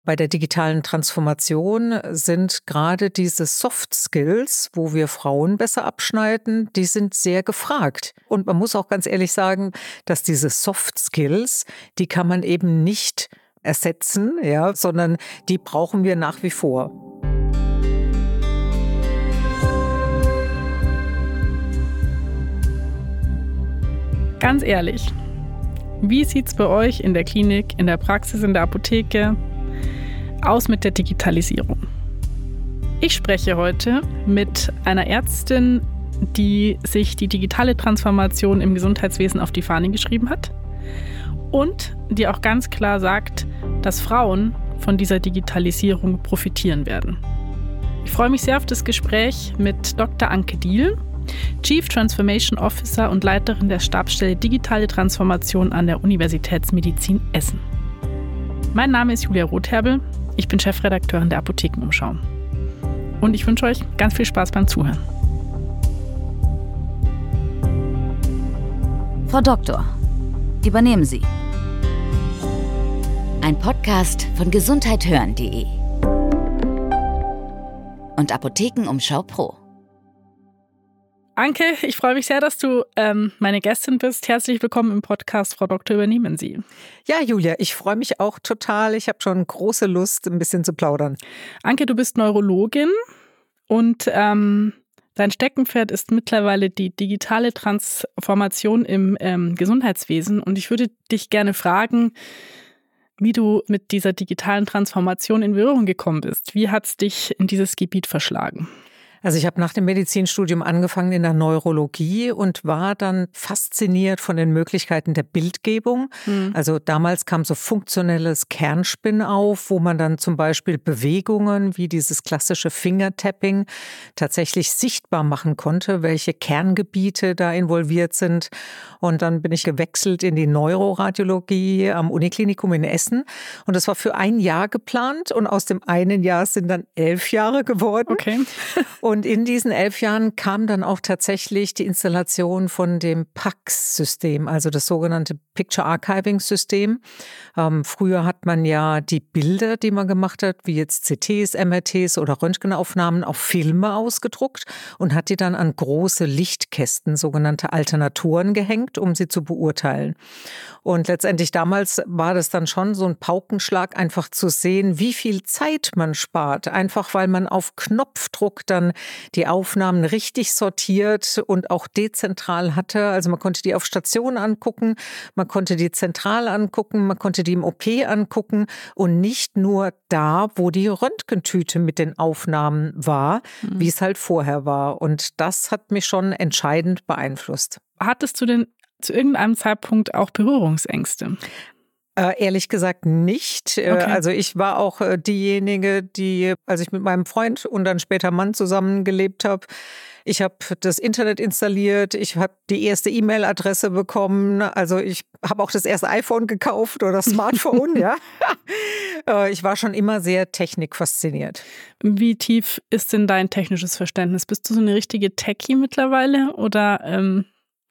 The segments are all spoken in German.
Bei der digitalen Transformation sind gerade diese Soft Skills, wo wir Frauen besser abschneiden, die sind sehr gefragt. Und man muss auch ganz ehrlich sagen, dass diese Soft Skills, die kann man eben nicht ersetzen, ja, sondern die brauchen wir nach wie vor. Ganz ehrlich, wie sieht's bei euch in der Klinik, in der Praxis, in der Apotheke aus mit der Digitalisierung? Ich spreche heute mit einer Ärztin, die sich die digitale Transformation im Gesundheitswesen auf die Fahne geschrieben hat und die auch ganz klar sagt, dass Frauen von dieser Digitalisierung profitieren werden. Ich freue mich sehr auf das Gespräch mit Dr. Anke Diehl, Chief Transformation Officer und Leiterin der Stabsstelle Digitale Transformation an der Universitätsmedizin Essen. Mein Name ist Julia Rotherbel, ich bin Chefredakteurin der Apothekenumschau. Und ich wünsche euch ganz viel Spaß beim Zuhören. Frau Doktor, übernehmen Sie. Ein Podcast von gesundheithören.de und Apothekenumschau Pro. Anke, ich freue mich sehr, dass du meine Gästin bist. Herzlich willkommen im Podcast, Frau Doktor, übernehmen Sie. Ja, Julia, ich freue mich auch total. Ich habe schon große Lust, ein bisschen zu plaudern. Anke, du bist Neurologin und dein Steckenpferd ist mittlerweile die digitale Transformation im Gesundheitswesen. Und ich würde dich gerne fragen, wie du mit dieser digitalen Transformation in Berührung gekommen bist. Wie hat es dich in dieses Gebiet verschlagen? Also ich habe nach dem Medizinstudium angefangen in der Neurologie und war dann fasziniert von den Möglichkeiten der Bildgebung. Also damals kam so funktionelles Kernspin auf, wo man dann zum Beispiel Bewegungen wie dieses klassische Fingertapping tatsächlich sichtbar machen konnte, welche Kerngebiete da involviert sind. Und dann bin ich gewechselt in die Neuroradiologie am Uniklinikum in Essen. Und das war für ein Jahr geplant und aus dem einen Jahr sind dann 11 Jahre geworden. Okay. Und in diesen 11 Jahren kam dann auch tatsächlich die Installation von dem PACS-System, also das sogenannte Picture Archiving-System. Früher hat man ja die Bilder, die man gemacht hat, wie jetzt CTs, MRTs oder Röntgenaufnahmen, auf Filme ausgedruckt und hat die dann an große Lichtkästen, sogenannte Alternatoren, gehängt, um sie zu beurteilen. Und letztendlich damals war das dann schon so ein Paukenschlag, einfach zu sehen, wie viel Zeit man spart. Einfach weil man auf Knopfdruck dann die Aufnahmen richtig sortiert und auch dezentral hatte. Also man konnte die auf Station angucken, man konnte die zentral angucken, man konnte die im OP angucken und nicht nur da, wo die Röntgentüte mit den Aufnahmen war, wie es halt vorher war. Und das hat mich schon entscheidend beeinflusst. Hattest du denn zu irgendeinem Zeitpunkt auch Berührungsängste? Ehrlich gesagt nicht. Okay. Also ich war auch diejenige, die, als ich mit meinem Freund und dann später Mann zusammengelebt habe, ich habe das Internet installiert, ich habe die erste E-Mail-Adresse bekommen, also ich habe auch das erste iPhone gekauft oder Smartphone, ja. Ich war schon immer sehr technikfasziniert. Wie tief ist denn dein technisches Verständnis? Bist du so eine richtige Techie mittlerweile oder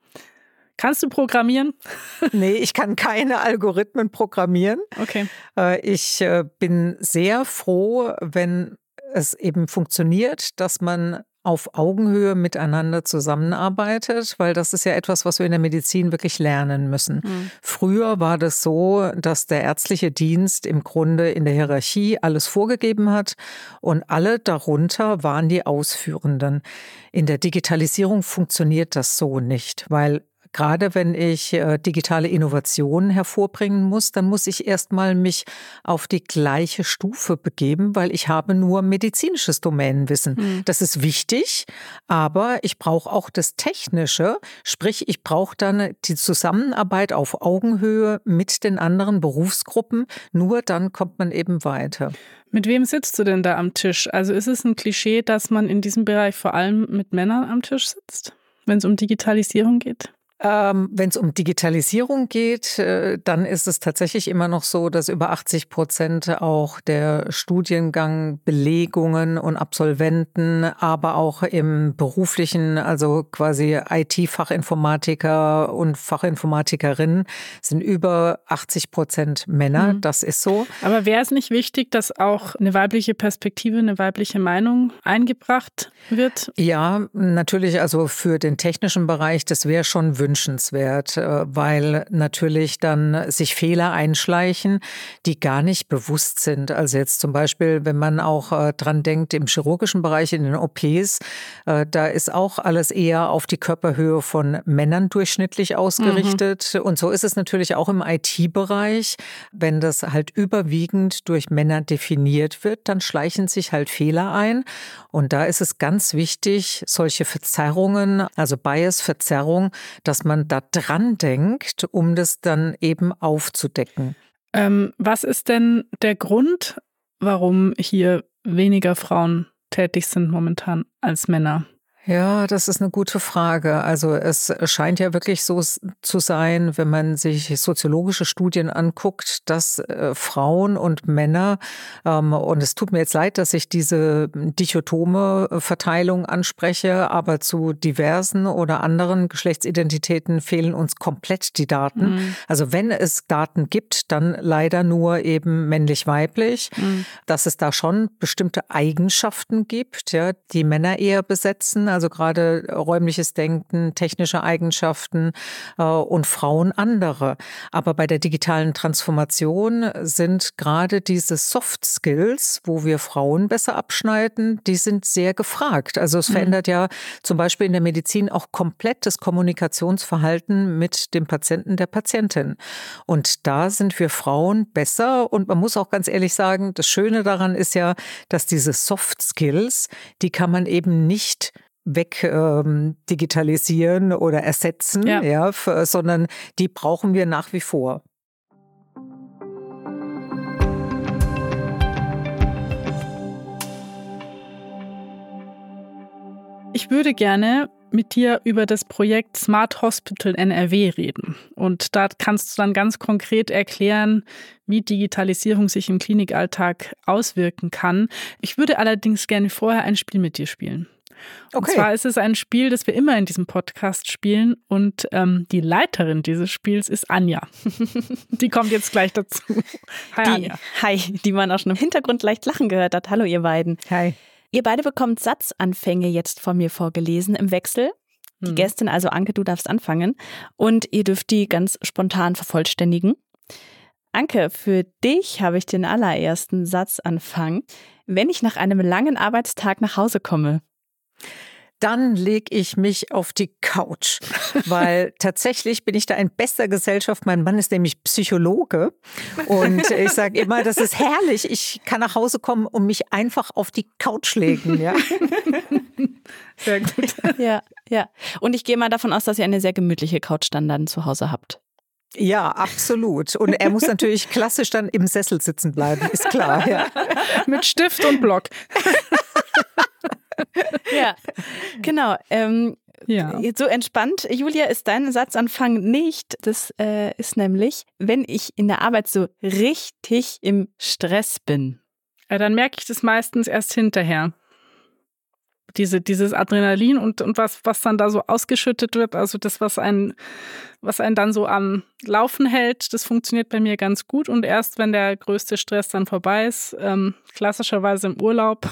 kannst du programmieren? Nee, ich kann keine Algorithmen programmieren. Okay. Ich bin sehr froh, wenn es eben funktioniert, dass man auf Augenhöhe miteinander zusammenarbeitet, weil das ist ja etwas, was wir in der Medizin wirklich lernen müssen. Früher war das so, dass der ärztliche Dienst im Grunde in der Hierarchie alles vorgegeben hat und alle darunter waren die Ausführenden. In der Digitalisierung funktioniert das so nicht, weil gerade wenn ich digitale Innovationen hervorbringen muss, dann muss ich erstmal mich auf die gleiche Stufe begeben, weil ich habe nur medizinisches Domänenwissen. Das ist wichtig, aber ich brauche auch das Technische, sprich ich brauche dann die Zusammenarbeit auf Augenhöhe mit den anderen Berufsgruppen. Nur dann kommt man eben weiter. Mit wem sitzt du denn da am Tisch? Also ist es ein Klischee, dass man in diesem Bereich vor allem mit Männern am Tisch sitzt, wenn es um Digitalisierung geht? Wenn es um Digitalisierung geht, dann ist es tatsächlich immer noch so, dass über 80% auch der Studiengangbelegungen und Absolventen, aber auch im beruflichen, also quasi IT-Fachinformatiker und Fachinformatikerinnen, sind über 80% Männer. Das ist so. Aber wäre es nicht wichtig, dass auch eine weibliche Perspektive, eine weibliche Meinung eingebracht wird? Ja, natürlich, also für den technischen Bereich, das wäre schon wünschenswert, weil natürlich dann sich Fehler einschleichen, die gar nicht bewusst sind. Also jetzt zum Beispiel, wenn man auch dran denkt, im chirurgischen Bereich, in den OPs, da ist auch alles eher auf die Körperhöhe von Männern durchschnittlich ausgerichtet. Und so ist es natürlich auch im IT-Bereich. Wenn das halt überwiegend durch Männer definiert wird, dann schleichen sich halt Fehler ein. Und da ist es ganz wichtig, solche Verzerrungen, also Bias-Verzerrung, dass man da dran denkt, um das dann eben aufzudecken. Was ist denn der Grund, warum hier weniger Frauen tätig sind momentan als Männer? Ja, das ist eine gute Frage. Also es scheint ja wirklich so zu sein, wenn man sich soziologische Studien anguckt, dass Frauen und Männer, und es tut mir jetzt leid, dass ich diese dichotome Verteilung anspreche, aber zu diversen oder anderen Geschlechtsidentitäten fehlen uns komplett die Daten. Also wenn es Daten gibt, dann leider nur eben männlich-weiblich, dass es da schon bestimmte Eigenschaften gibt, ja, die Männer eher besetzen. Also gerade räumliches Denken, technische Eigenschaften und Frauen andere. Aber bei der digitalen Transformation sind gerade diese Soft Skills, wo wir Frauen besser abschneiden, die sind sehr gefragt. Also es verändert ja zum Beispiel in der Medizin auch komplett das Kommunikationsverhalten mit dem Patienten, der Patientin. Und da sind wir Frauen besser. Und man muss auch ganz ehrlich sagen, das Schöne daran ist ja, dass diese Soft Skills, die kann man eben nicht digitalisieren oder ersetzen, sondern die brauchen wir nach wie vor. Ich würde gerne mit dir über das Projekt Smart Hospital NRW reden. Und da kannst du dann ganz konkret erklären, wie Digitalisierung sich im Klinikalltag auswirken kann. Ich würde allerdings gerne vorher ein Spiel mit dir spielen. Okay. Und zwar ist es ein Spiel, das wir immer in diesem Podcast spielen und die Leiterin dieses Spiels ist Anja. Die kommt jetzt gleich dazu. Hi Anja. Hi, die man auch schon im Hintergrund leicht lachen gehört hat. Hallo ihr beiden. Hi. Ihr beide bekommt Satzanfänge jetzt von mir vorgelesen im Wechsel. Die Gästin, also Anke, du darfst anfangen und ihr dürft die ganz spontan vervollständigen. Anke, für dich habe ich den allerersten Satzanfang. Wenn ich nach einem langen Arbeitstag nach Hause komme, dann lege ich mich auf die Couch, weil tatsächlich bin ich da in bester Gesellschaft. Mein Mann ist nämlich Psychologe und ich sage immer, das ist herrlich. Ich kann nach Hause kommen und mich einfach auf die Couch legen. Ja. Sehr gut. Ja. Und ich gehe mal davon aus, dass ihr eine sehr gemütliche Couch dann zu Hause habt. Ja, absolut. Und er muss natürlich klassisch dann im Sessel sitzen bleiben, ist klar. Ja. Mit Stift und Block. Ja, genau. So entspannt, Julia, ist dein Satzanfang nicht. Das ist nämlich, wenn ich in der Arbeit so richtig im Stress bin. Ja, dann merke ich das meistens erst hinterher. Dieses Adrenalin und was dann da so ausgeschüttet wird, also das, was einen dann so am Laufen hält, das funktioniert bei mir ganz gut. Und erst wenn der größte Stress dann vorbei ist, klassischerweise im Urlaub,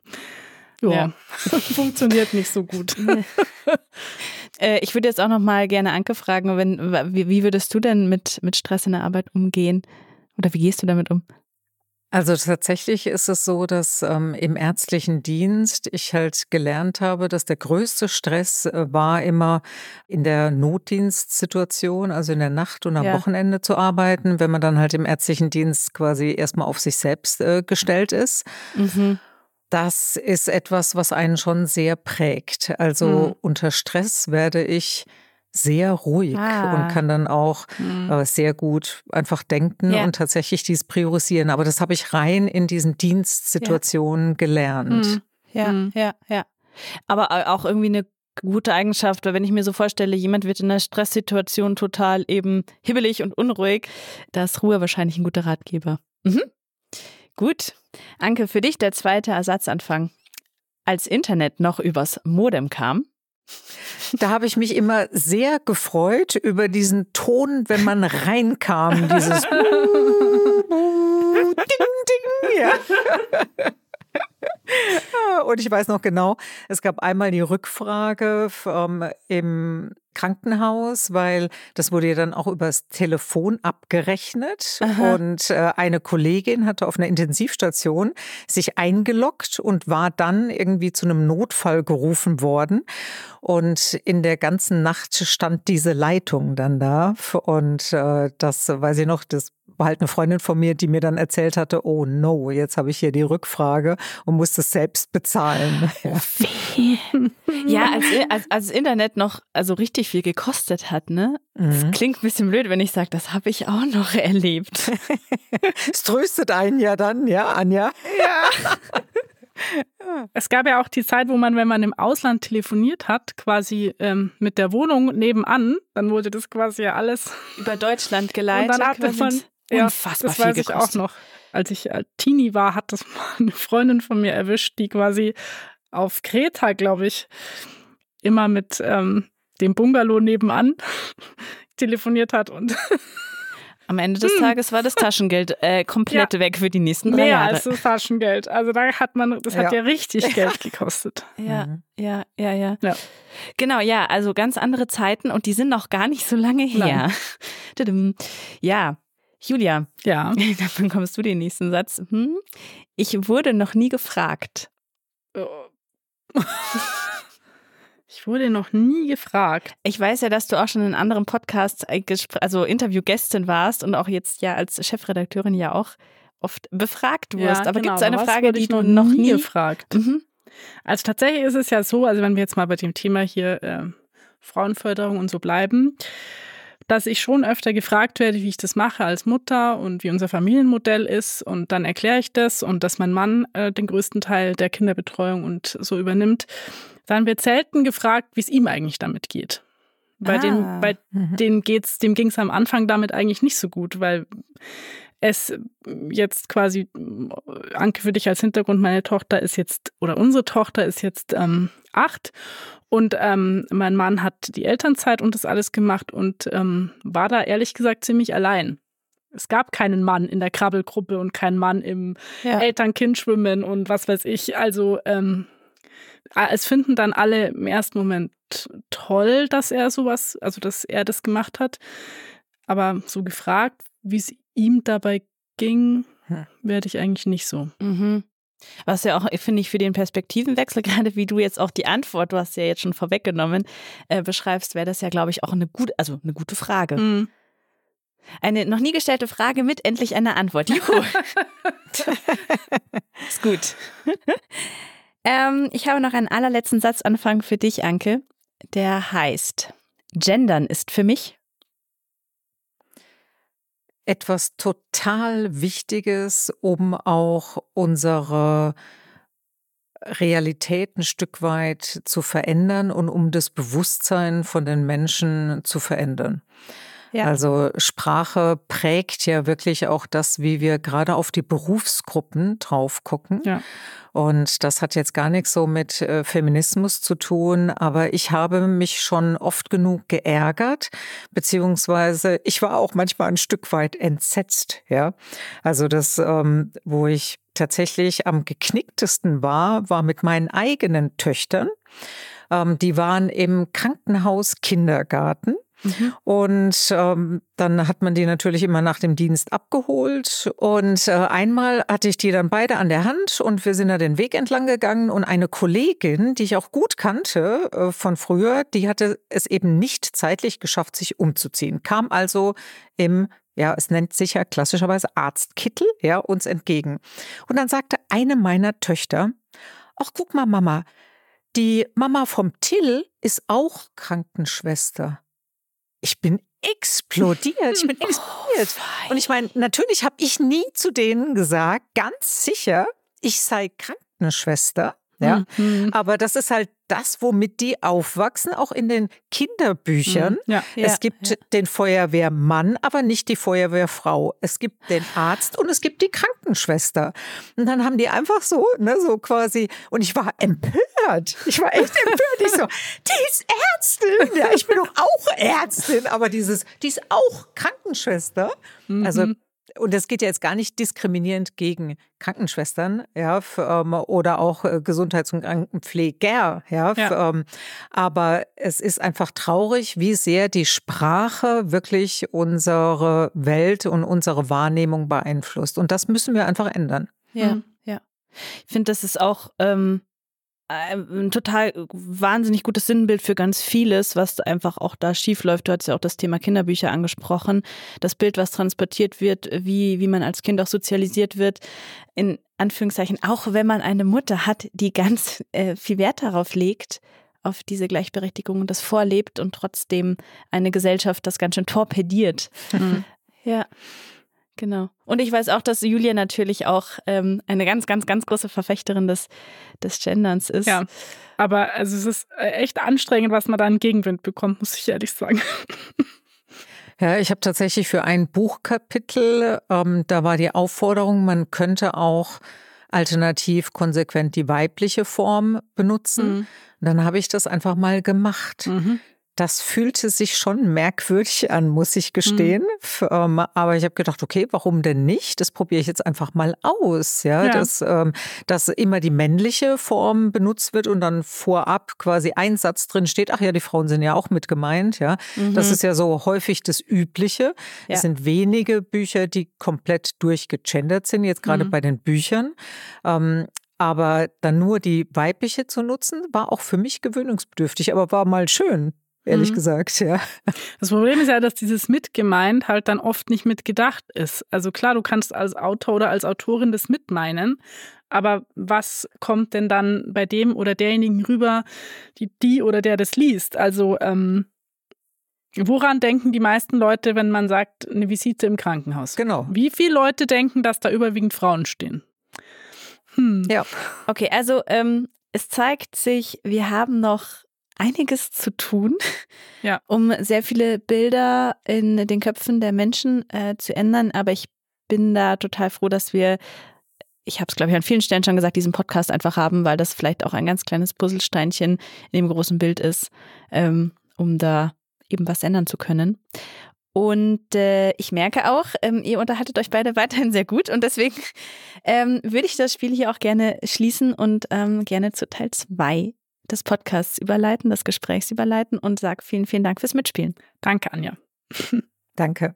funktioniert nicht so gut. Ich würde jetzt auch noch mal gerne Anke fragen, wie würdest du denn mit Stress in der Arbeit umgehen? Oder wie gehst du damit um? Also tatsächlich ist es so, dass im ärztlichen Dienst ich halt gelernt habe, dass der größte Stress war immer in der Notdienstsituation, also in der Nacht und am Wochenende zu arbeiten, wenn man dann halt im ärztlichen Dienst quasi erstmal auf sich selbst gestellt ist. Das ist etwas, was einen schon sehr prägt. Also unter Stress werde ich sehr ruhig und kann dann auch sehr gut einfach denken und tatsächlich dies priorisieren. Aber das habe ich rein in diesen Dienstsituationen gelernt. Ja. Aber auch irgendwie eine gute Eigenschaft, weil wenn ich mir so vorstelle, jemand wird in einer Stresssituation total eben hibbelig und unruhig, da ist Ruhe wahrscheinlich ein guter Ratgeber. Gut. Anke, für dich der zweite Ersatzanfang. Als Internet noch übers Modem kam, da habe ich mich immer sehr gefreut über diesen Ton, wenn man reinkam, dieses Ding, Ding, ja. Und ich weiß noch genau, es gab einmal die Rückfrage im Krankenhaus, weil das wurde ja dann auch übers Telefon abgerechnet. Aha. Und eine Kollegin hatte auf einer Intensivstation sich eingeloggt und war dann irgendwie zu einem Notfall gerufen worden. Und in der ganzen Nacht stand diese Leitung dann da. Und das weiß ich noch, das war halt eine Freundin von mir, die mir dann erzählt hatte, oh no, jetzt habe ich hier die Rückfrage und muss das selbst bezahlen. Ja, als das Internet noch also richtig viel gekostet hat, ne? Das klingt ein bisschen blöd, wenn ich sage, das habe ich auch noch erlebt. Es tröstet einen ja dann, ja, Anja? Ja. Es gab ja auch die Zeit, wo man, wenn man im Ausland telefoniert hat, quasi mit der Wohnung nebenan, dann wurde das quasi ja alles über Deutschland geleitet. Und dann hatte man unfassbar das weiß viel ich auch noch. Als ich Teenie war, hat das mal eine Freundin von mir erwischt, die quasi auf Kreta, glaube ich, immer mit dem Bungalow nebenan telefoniert hat und am Ende des Tages war das Taschengeld komplett weg für die nächsten 3 Jahre. Mehr als das Taschengeld. Also da hat hat ja richtig Geld gekostet. Ja. Genau, ja, also ganz andere Zeiten und die sind noch gar nicht so lange her. Ja, Julia. Ja. Dann kommst du den nächsten Satz. Ich wurde noch nie gefragt. Ich wurde noch nie gefragt. Ich weiß ja, dass du auch schon in anderen Podcasts, also Interviewgästin warst und auch jetzt ja als Chefredakteurin ja auch oft befragt wirst. Ja, aber genau. gibt es eine Frage, die du noch nie gefragt? Also tatsächlich ist es ja so, also wenn wir jetzt mal bei dem Thema hier Frauenförderung und so bleiben, dass ich schon öfter gefragt werde, wie ich das mache als Mutter und wie unser Familienmodell ist. Und dann erkläre ich das und dass mein Mann den größten Teil der Kinderbetreuung und so übernimmt. Dann wird selten gefragt, wie es ihm eigentlich damit geht. Dem ging es am Anfang damit eigentlich nicht so gut, weil es jetzt quasi, Anke, für dich als Hintergrund, meine Tochter ist jetzt, oder unsere Tochter ist jetzt 8 und mein Mann hat die Elternzeit und das alles gemacht und war da ehrlich gesagt ziemlich allein. Es gab keinen Mann in der Krabbelgruppe und keinen Mann im Eltern-Kind-Schwimmen und was weiß ich. Also es finden dann alle im ersten Moment toll, dass er sowas, also dass er das gemacht hat. Aber so gefragt, wie es ihm dabei ging, werde ich eigentlich nicht so. Was ja auch, finde ich, für den Perspektivenwechsel, gerade wie du jetzt auch die Antwort, du hast ja jetzt schon vorweggenommen, beschreibst, wäre das ja, glaube ich, auch eine gute Frage. Eine noch nie gestellte Frage mit endlich einer Antwort. Juhu. Ist gut. Ich habe noch einen allerletzten Satzanfang für dich, Anke. Der heißt: Gendern ist für mich etwas total Wichtiges, um auch unsere Realität ein Stück weit zu verändern und um das Bewusstsein von den Menschen zu verändern. Ja. Also Sprache prägt ja wirklich auch das, wie wir gerade auf die Berufsgruppen drauf gucken. Ja. Und das hat jetzt gar nichts so mit Feminismus zu tun, aber ich habe mich schon oft genug geärgert, beziehungsweise ich war auch manchmal ein Stück weit entsetzt. Ja, also das, wo ich tatsächlich am geknicktesten war mit meinen eigenen Töchtern. Die waren im Krankenhaus-Kindergarten. Und dann hat man die natürlich immer nach dem Dienst abgeholt und einmal hatte ich die dann beide an der Hand und wir sind da den Weg entlang gegangen und eine Kollegin, die ich auch gut kannte von früher, die hatte es eben nicht zeitlich geschafft, sich umzuziehen, kam also es nennt sich ja klassischerweise Arztkittel, uns entgegen. Und dann sagte eine meiner Töchter: Ach, guck mal, Mama, die Mama vom Till ist auch Krankenschwester. Ich bin explodiert. Und ich meine, natürlich habe ich nie zu denen gesagt, ganz sicher, ich sei Krankenschwester. Ja, aber das ist halt das, womit die aufwachsen, auch in den Kinderbüchern. Ja. Es gibt den Feuerwehrmann, aber nicht die Feuerwehrfrau. Es gibt den Arzt und es gibt die Krankenschwester. Und dann haben die einfach so, so quasi, und ich war empört. Ich war echt empört. Ich so, die ist Ärztin. Ja, ich bin doch auch Ärztin, aber die ist auch Krankenschwester. Also, und das geht ja jetzt gar nicht diskriminierend gegen Krankenschwestern, ja, oder auch Gesundheits- und Krankenpfleger, ja. Aber es ist einfach traurig, wie sehr die Sprache wirklich unsere Welt und unsere Wahrnehmung beeinflusst. Und das müssen wir einfach ändern. Ja. Ich finde, das ist auch ein total wahnsinnig gutes Sinnbild für ganz vieles, was einfach auch da schief läuft. Du hast ja auch das Thema Kinderbücher angesprochen. Das Bild, was transportiert wird, wie man als Kind auch sozialisiert wird, in Anführungszeichen, auch wenn man eine Mutter hat, die ganz viel Wert darauf legt, auf diese Gleichberechtigung und das vorlebt und trotzdem eine Gesellschaft das ganz schön torpediert. Genau. Und ich weiß auch, dass Julia natürlich auch eine ganz, ganz, ganz große Verfechterin des Genderns ist. Ja, aber also es ist echt anstrengend, was man da in Gegenwind bekommt, muss ich ehrlich sagen. Ja, ich habe tatsächlich für ein Buchkapitel, da war die Aufforderung, man könnte auch alternativ konsequent die weibliche Form benutzen. Und dann habe ich das einfach mal gemacht. Das fühlte sich schon merkwürdig an, muss ich gestehen. Aber ich habe gedacht, okay, warum denn nicht? Das probiere ich jetzt einfach mal aus. Ja? Dass immer die männliche Form benutzt wird und dann vorab quasi ein Satz drin steht, ach ja, die Frauen sind ja auch mit gemeint. Ja? Das ist ja so häufig das Übliche. Ja. Es sind wenige Bücher, die komplett durchgegendert sind, jetzt gerade bei den Büchern. Aber dann nur die weibliche zu nutzen, war auch für mich gewöhnungsbedürftig, aber war mal schön. Ehrlich gesagt, ja. Das Problem ist ja, dass dieses mitgemeint halt dann oft nicht mitgedacht ist. Also klar, du kannst als Autor oder als Autorin das mitmeinen, aber was kommt denn dann bei dem oder derjenigen rüber, die oder der das liest? Also woran denken die meisten Leute, wenn man sagt, eine Visite im Krankenhaus? Genau. Wie viele Leute denken, dass da überwiegend Frauen stehen? Ja. Okay, also es zeigt sich, wir haben noch einiges zu tun, um sehr viele Bilder in den Köpfen der Menschen zu ändern. Aber ich bin da total froh, dass wir, ich habe es glaube ich an vielen Stellen schon gesagt, diesen Podcast einfach haben, weil das vielleicht auch ein ganz kleines Puzzlesteinchen in dem großen Bild ist, um da eben was ändern zu können. Und ich merke auch, ihr unterhaltet euch beide weiterhin sehr gut und deswegen würde ich das Spiel hier auch gerne schließen und gerne zu Teil 2 des Podcasts überleiten, des Gesprächs überleiten und sage vielen, vielen Dank fürs Mitspielen. Danke, Anja. Danke.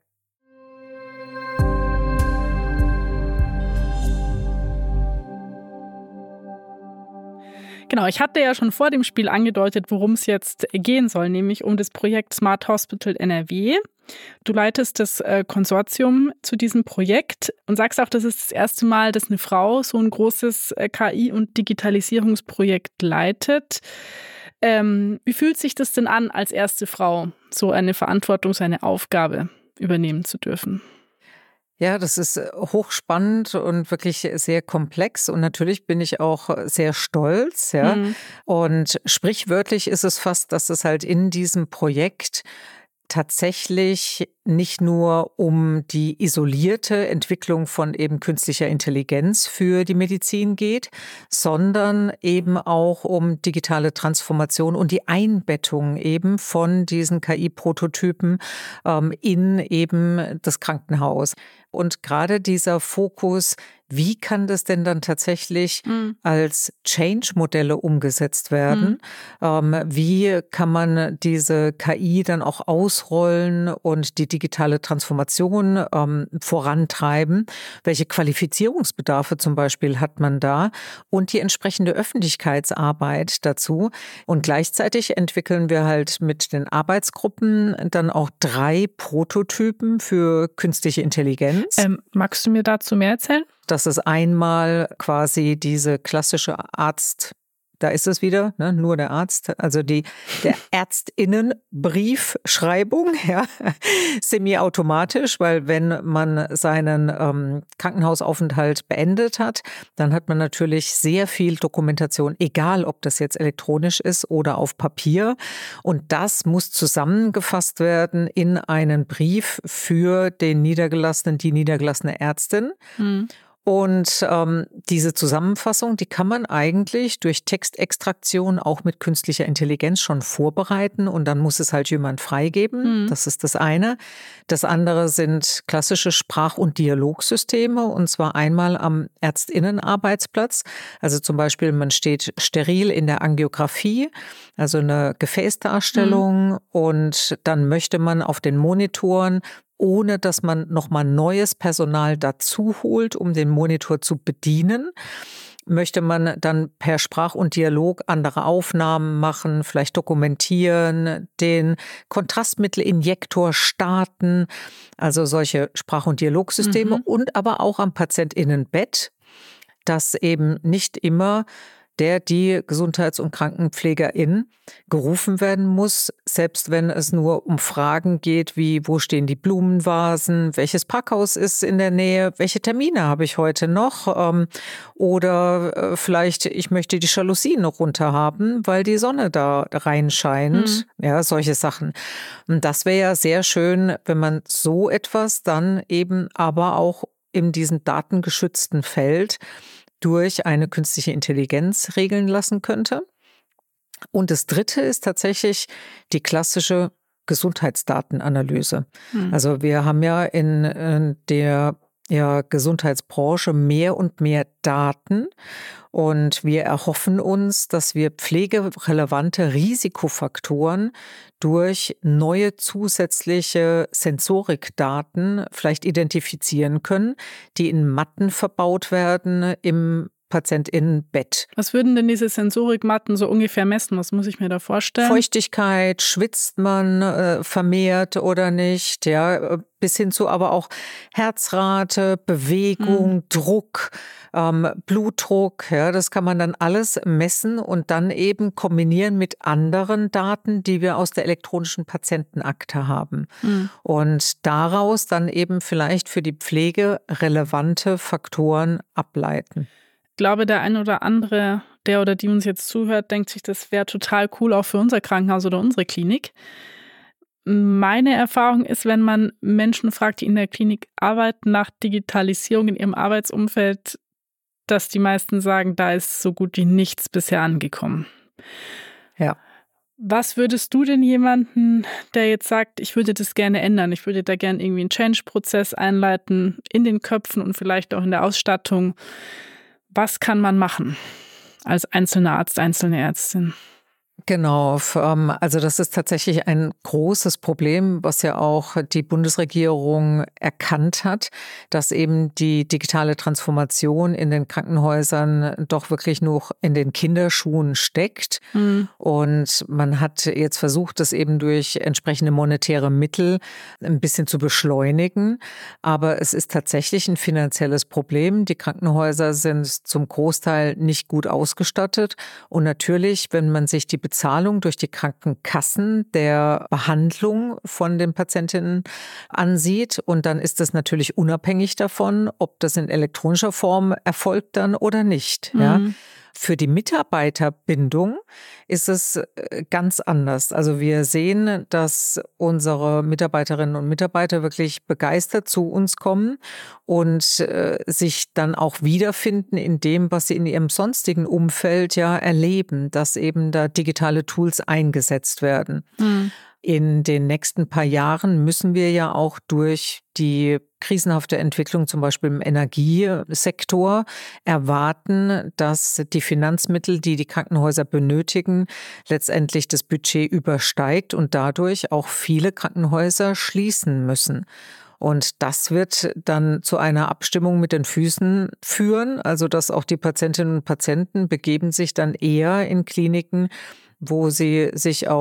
Genau, ich hatte ja schon vor dem Spiel angedeutet, worum es jetzt gehen soll, nämlich um das Projekt Smart Hospital NRW. Du leitest das Konsortium zu diesem Projekt und sagst auch, das ist das erste Mal, dass eine Frau so ein großes KI- und Digitalisierungsprojekt leitet. Wie fühlt sich das denn an, als erste Frau so eine Verantwortung, so eine Aufgabe übernehmen zu dürfen? Ja, das ist hochspannend und wirklich sehr komplex und natürlich bin ich auch sehr stolz. Ja. Und sprichwörtlich ist es fast, dass es halt in diesem Projekt tatsächlich nicht nur um die isolierte Entwicklung von eben künstlicher Intelligenz für die Medizin geht, sondern eben auch um digitale Transformation und die Einbettung eben von diesen KI-Prototypen in eben das Krankenhaus. Und gerade dieser Fokus, wie kann das denn dann tatsächlich als Change-Modelle umgesetzt werden? Wie kann man diese KI dann auch ausrollen und die digitale Transformation vorantreiben? Welche Qualifizierungsbedarfe zum Beispiel hat man da? Und die entsprechende Öffentlichkeitsarbeit dazu. Und gleichzeitig entwickeln wir halt mit den Arbeitsgruppen dann auch 3 Prototypen für künstliche Intelligenz. Magst du mir dazu mehr erzählen? Das ist einmal quasi diese klassische da ist es wieder, ne, nur der Arzt, also der Ärztinnenbriefschreibung, ja, semi-automatisch, weil wenn man seinen Krankenhausaufenthalt beendet hat, dann hat man natürlich sehr viel Dokumentation, egal ob das jetzt elektronisch ist oder auf Papier. Und das muss zusammengefasst werden in einen Brief für die niedergelassene Ärztin. Mhm. Und diese Zusammenfassung, die kann man eigentlich durch Textextraktion auch mit künstlicher Intelligenz schon vorbereiten und dann muss es halt jemand freigeben. Mhm. Das ist das eine. Das andere sind klassische Sprach- und Dialogsysteme und zwar einmal am Ärztinnenarbeitsplatz. Also zum Beispiel, man steht steril in der Angiografie, also eine Gefäßdarstellung und dann möchte man auf den Monitoren, ohne dass man nochmal neues Personal dazu holt, um den Monitor zu bedienen, möchte man dann per Sprach- und Dialog andere Aufnahmen machen, vielleicht dokumentieren, den Kontrastmittelinjektor starten, also solche Sprach- und Dialogsysteme und aber auch am PatientInnenbett, dass eben nicht immer die Gesundheits- und Krankenpflegerin gerufen werden muss, selbst wenn es nur um Fragen geht, wie wo stehen die Blumenvasen, welches Parkhaus ist in der Nähe, welche Termine habe ich heute noch oder vielleicht ich möchte die Jalousien noch runter haben, weil die Sonne da reinscheint, ja, solche Sachen. Und das wäre ja sehr schön, wenn man so etwas dann eben aber auch in diesem datengeschützten Feld durch eine künstliche Intelligenz regeln lassen könnte. Und das Dritte ist tatsächlich die klassische Gesundheitsdatenanalyse. Also wir haben ja in der Gesundheitsbranche mehr und mehr Daten und wir erhoffen uns, dass wir pflegerelevante Risikofaktoren durch neue zusätzliche Sensorikdaten vielleicht identifizieren können, die in Matten verbaut werden im PatientInnenbett. Was würden denn diese Sensorikmatten so ungefähr messen? Was muss ich mir da vorstellen? Feuchtigkeit, schwitzt man vermehrt oder nicht, ja, bis hin zu aber auch Herzrate, Bewegung, Druck, Blutdruck, ja, das kann man dann alles messen und dann eben kombinieren mit anderen Daten, die wir aus der elektronischen Patientenakte haben. Und daraus dann eben vielleicht für die Pflege relevante Faktoren ableiten. Ich glaube, der ein oder andere, der oder die uns jetzt zuhört, denkt sich, das wäre total cool auch für unser Krankenhaus oder unsere Klinik. Meine Erfahrung ist, wenn man Menschen fragt, die in der Klinik arbeiten, nach Digitalisierung in ihrem Arbeitsumfeld, dass die meisten sagen, da ist so gut wie nichts bisher angekommen. Ja. Was würdest du denn jemanden, der jetzt sagt, ich würde das gerne ändern, ich würde da gerne irgendwie einen Change-Prozess einleiten in den Köpfen und vielleicht auch in der Ausstattung, was kann man machen als einzelner Arzt, einzelne Ärztin? Genau, also das ist tatsächlich ein großes Problem, was ja auch die Bundesregierung erkannt hat, dass eben die digitale Transformation in den Krankenhäusern doch wirklich noch in den Kinderschuhen steckt. Und man hat jetzt versucht, das eben durch entsprechende monetäre Mittel ein bisschen zu beschleunigen. Aber es ist tatsächlich ein finanzielles Problem. Die Krankenhäuser sind zum Großteil nicht gut ausgestattet. Und natürlich, wenn man sich die Bezahlung durch die Krankenkassen der Behandlung von den Patientinnen ansieht. Und dann ist das natürlich unabhängig davon, ob das in elektronischer Form erfolgt dann oder nicht. Ja. Für die Mitarbeiterbindung ist es ganz anders. Also wir sehen, dass unsere Mitarbeiterinnen und Mitarbeiter wirklich begeistert zu uns kommen und sich dann auch wiederfinden in dem, was sie in ihrem sonstigen Umfeld ja erleben, dass eben da digitale Tools eingesetzt werden. In den nächsten paar Jahren müssen wir ja auch durch die krisenhafte Entwicklung zum Beispiel im Energiesektor erwarten, dass die Finanzmittel, die die Krankenhäuser benötigen, letztendlich das Budget übersteigt und dadurch auch viele Krankenhäuser schließen müssen. Und das wird dann zu einer Abstimmung mit den Füßen führen, also dass auch die Patientinnen und Patienten begeben sich dann eher in Kliniken, wo sie sich auch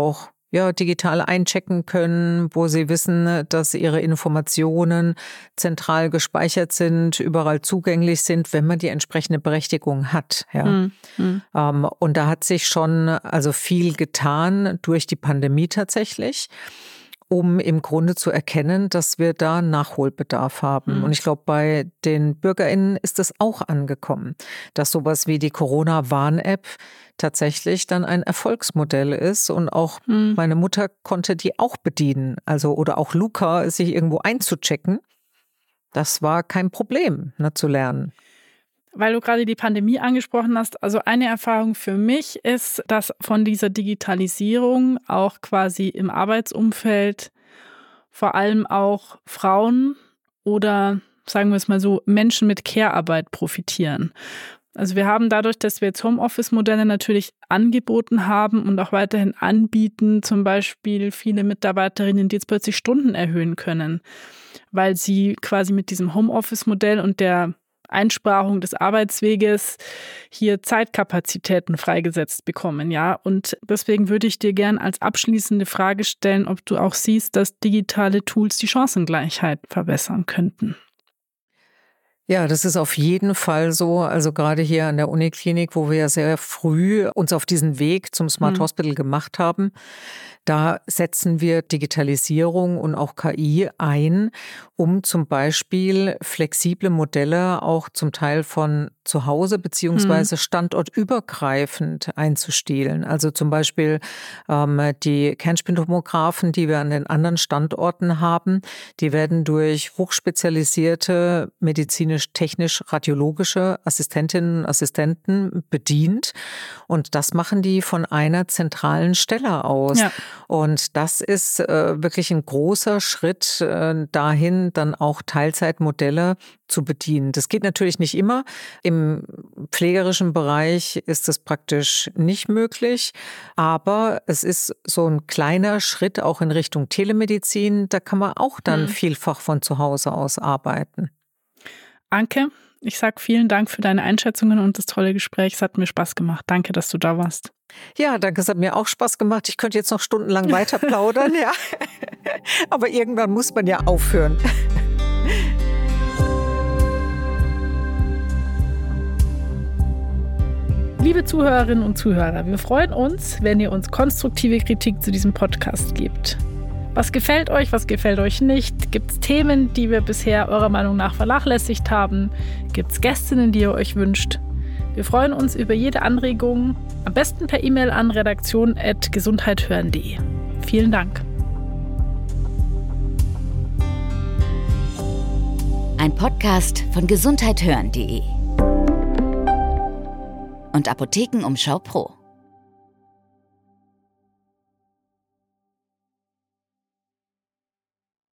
digital einchecken können, wo sie wissen, dass ihre Informationen zentral gespeichert sind, überall zugänglich sind, wenn man die entsprechende Berechtigung hat. Ja. Und da hat sich schon also viel getan durch die Pandemie tatsächlich, um im Grunde zu erkennen, dass wir da Nachholbedarf haben. Und ich glaube, bei den BürgerInnen ist es auch angekommen, dass sowas wie die Corona-Warn-App tatsächlich dann ein Erfolgsmodell ist. Und auch meine Mutter konnte die auch bedienen. Also, oder auch Luca, sich irgendwo einzuchecken. Das war kein Problem, zu lernen. Weil du gerade die Pandemie angesprochen hast, also eine Erfahrung für mich ist, dass von dieser Digitalisierung auch quasi im Arbeitsumfeld vor allem auch Frauen oder sagen wir es mal so, Menschen mit Care-Arbeit profitieren. Also wir haben dadurch, dass wir jetzt Homeoffice-Modelle natürlich angeboten haben und auch weiterhin anbieten, zum Beispiel viele Mitarbeiterinnen, die jetzt plötzlich Stunden erhöhen können, weil sie quasi mit diesem Homeoffice-Modell und der Einsparung des Arbeitsweges hier Zeitkapazitäten freigesetzt bekommen, ja. Und deswegen würde ich dir gern als abschließende Frage stellen, ob du auch siehst, dass digitale Tools die Chancengleichheit verbessern könnten. Ja, das ist auf jeden Fall so. Also gerade hier an der Uniklinik, wo wir ja sehr früh uns auf diesen Weg zum Smart Hospital gemacht haben, da setzen wir Digitalisierung und auch KI ein, um zum Beispiel flexible Modelle auch zum Teil von zu Hause beziehungsweise standortübergreifend einzustehlen. Also zum Beispiel die Kernspintomographen, die wir an den anderen Standorten haben, die werden durch hochspezialisierte medizinisch-technisch-radiologische Assistentinnen und Assistenten bedient. Und das machen die von einer zentralen Stelle aus. Ja. Und das ist wirklich ein großer Schritt dahin, dann auch Teilzeitmodelle zu bedienen. Das geht natürlich nicht immer. Im pflegerischen Bereich ist das praktisch nicht möglich. Aber es ist so ein kleiner Schritt auch in Richtung Telemedizin. Da kann man auch dann vielfach von zu Hause aus arbeiten. Anke, ich sage vielen Dank für deine Einschätzungen und das tolle Gespräch. Es hat mir Spaß gemacht. Danke, dass du da warst. Ja, danke, es hat mir auch Spaß gemacht. Ich könnte jetzt noch stundenlang weiter plaudern, ja. Aber irgendwann muss man ja aufhören. Liebe Zuhörerinnen und Zuhörer, wir freuen uns, wenn ihr uns konstruktive Kritik zu diesem Podcast gebt. Was gefällt euch nicht? Gibt es Themen, die wir bisher eurer Meinung nach vernachlässigt haben? Gibt es Gästinnen, die ihr euch wünscht? Wir freuen uns über jede Anregung, am besten per E-Mail an redaktion@gesundheithören.de. Vielen Dank. Ein Podcast von gesundheithören.de und Apothekenumschau Pro.